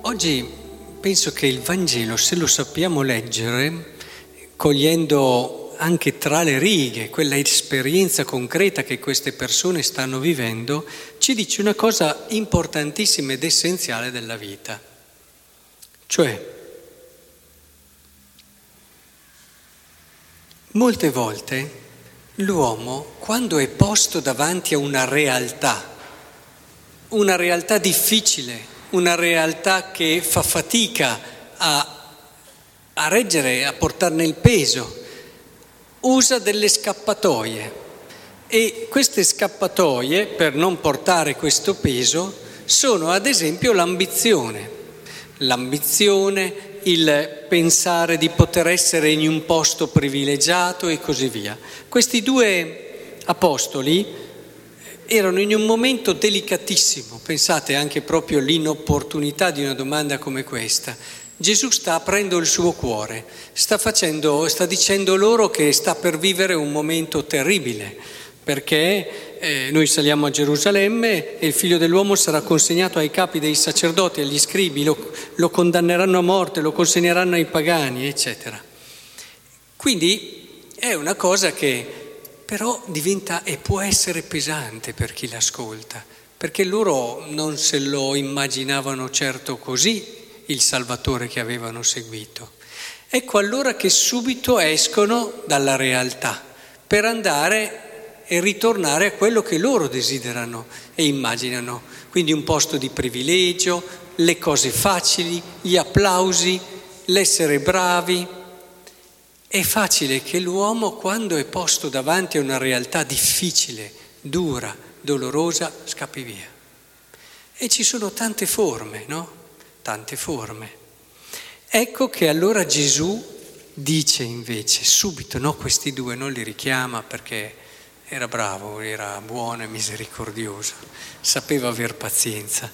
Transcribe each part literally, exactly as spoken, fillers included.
Oggi penso che il Vangelo, se lo sappiamo leggere, cogliendo anche tra le righe quella esperienza concreta che queste persone stanno vivendo, ci dice una cosa importantissima ed essenziale della vita. Cioè, molte volte l'uomo, quando è posto davanti a una realtà, una realtà difficile, una realtà che fa fatica a, a reggere, a portarne il peso, usa delle scappatoie e queste scappatoie, per non portare questo peso, sono ad esempio l'ambizione, l'ambizione, il pensare di poter essere in un posto privilegiato e così via. Questi due apostoli erano in un momento delicatissimo, pensate anche proprio all'inopportunità di una domanda come questa. Gesù sta aprendo il suo cuore, sta facendo, sta dicendo loro che sta per vivere un momento terribile, perché eh, noi saliamo a Gerusalemme e il Figlio dell'uomo sarà consegnato ai capi dei sacerdoti, agli scribi, lo, lo condanneranno a morte, lo consegneranno ai pagani, eccetera. Quindi è una cosa che però diventa e può essere pesante per chi l'ascolta, perché loro non se lo immaginavano certo così il Salvatore che avevano seguito. Ecco allora che subito escono dalla realtà per andare e ritornare a quello che loro desiderano e immaginano, quindi un posto di privilegio, le cose facili, gli applausi, l'essere bravi. È facile che l'uomo, quando è posto davanti a una realtà difficile, dura, dolorosa, scappi via. E ci sono tante forme, no? Tante forme. Ecco che allora Gesù dice invece, subito, no, questi due non li richiama perché era bravo, era buono e misericordioso, sapeva aver pazienza.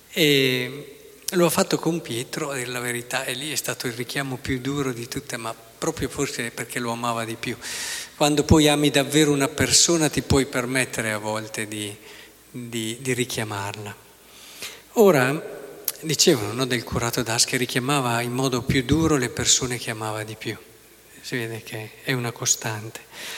E lo ha fatto con Pietro, a dire la verità, e lì è stato il richiamo più duro di tutte, ma proprio forse perché lo amava di più. Quando poi ami davvero una persona ti puoi permettere a volte di, di, di richiamarla. Ora, dicevano, no, del curato d'Ars che richiamava in modo più duro le persone che amava di più. Si vede che è una costante.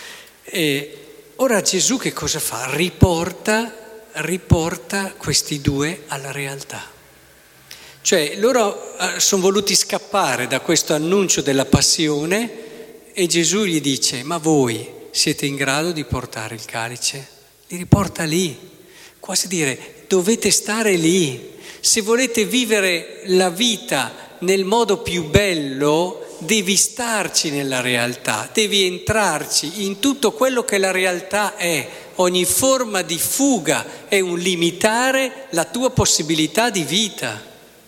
E ora Gesù che cosa fa? Riporta, riporta questi due alla realtà. Cioè loro sono voluti scappare da questo annuncio della passione e Gesù gli dice: ma voi siete in grado di portare il calice? Li riporta lì, quasi dire dovete stare lì. Se volete vivere la vita nel modo più bello, devi starci nella realtà, devi entrarci in tutto quello che la realtà è. Ogni forma di fuga è un limitare la tua possibilità di vita.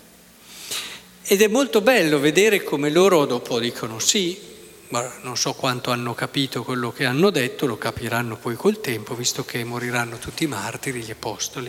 Ed è molto bello vedere come loro dopo dicono sì, ma non so quanto hanno capito quello che hanno detto, lo capiranno poi col tempo, visto che moriranno tutti i martiri, gli apostoli.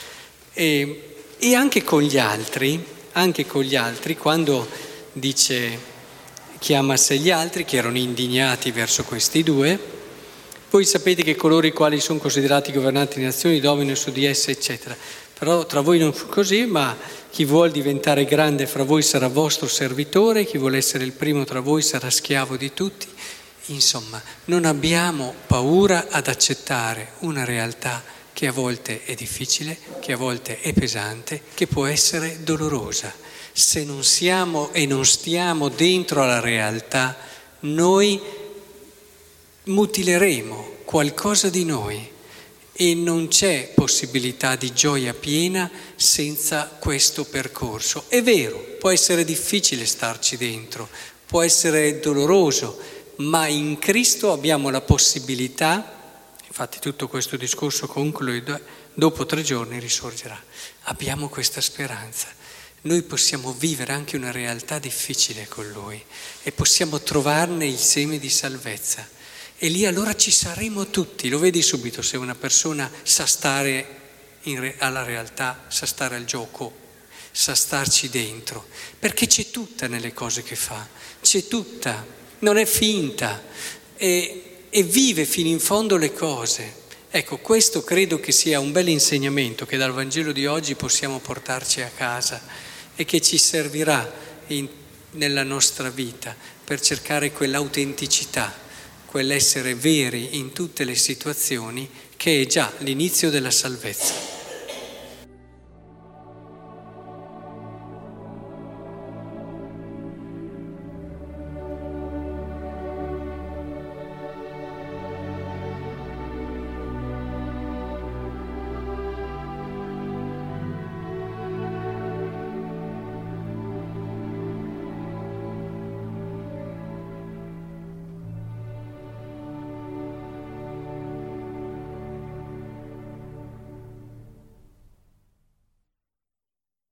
E, e anche con gli altri, anche con gli altri, quando dice, chiama a sé gli altri che erano indignati verso questi due, voi sapete che coloro i quali sono considerati governanti di nazioni dominano su di esse, eccetera. Però tra voi non fu così, ma chi vuol diventare grande fra voi sarà vostro servitore, chi vuole essere il primo tra voi sarà schiavo di tutti. Insomma, non abbiamo paura ad accettare una realtà che a volte è difficile, che a volte è pesante, che può essere dolorosa. Se non siamo e non stiamo dentro alla realtà, noi mutileremo qualcosa di noi. E non c'è possibilità di gioia piena senza questo percorso. È vero, può essere difficile starci dentro, può essere doloroso, ma in Cristo abbiamo la possibilità, infatti tutto questo discorso conclude, dopo tre giorni risorgerà. Abbiamo questa speranza. Noi possiamo vivere anche una realtà difficile con Lui e possiamo trovarne il seme di salvezza. E lì allora ci saremo tutti, lo vedi subito se una persona sa stare in re- alla realtà, sa stare al gioco, sa starci dentro, perché c'è tutta nelle cose che fa, c'è tutta, non è finta e, e vive fino in fondo le cose. Ecco, questo credo che sia un bel insegnamento che dal Vangelo di oggi possiamo portarci a casa e che ci servirà in, nella nostra vita per cercare quell'autenticità, quell'essere veri in tutte le situazioni che è già l'inizio della salvezza.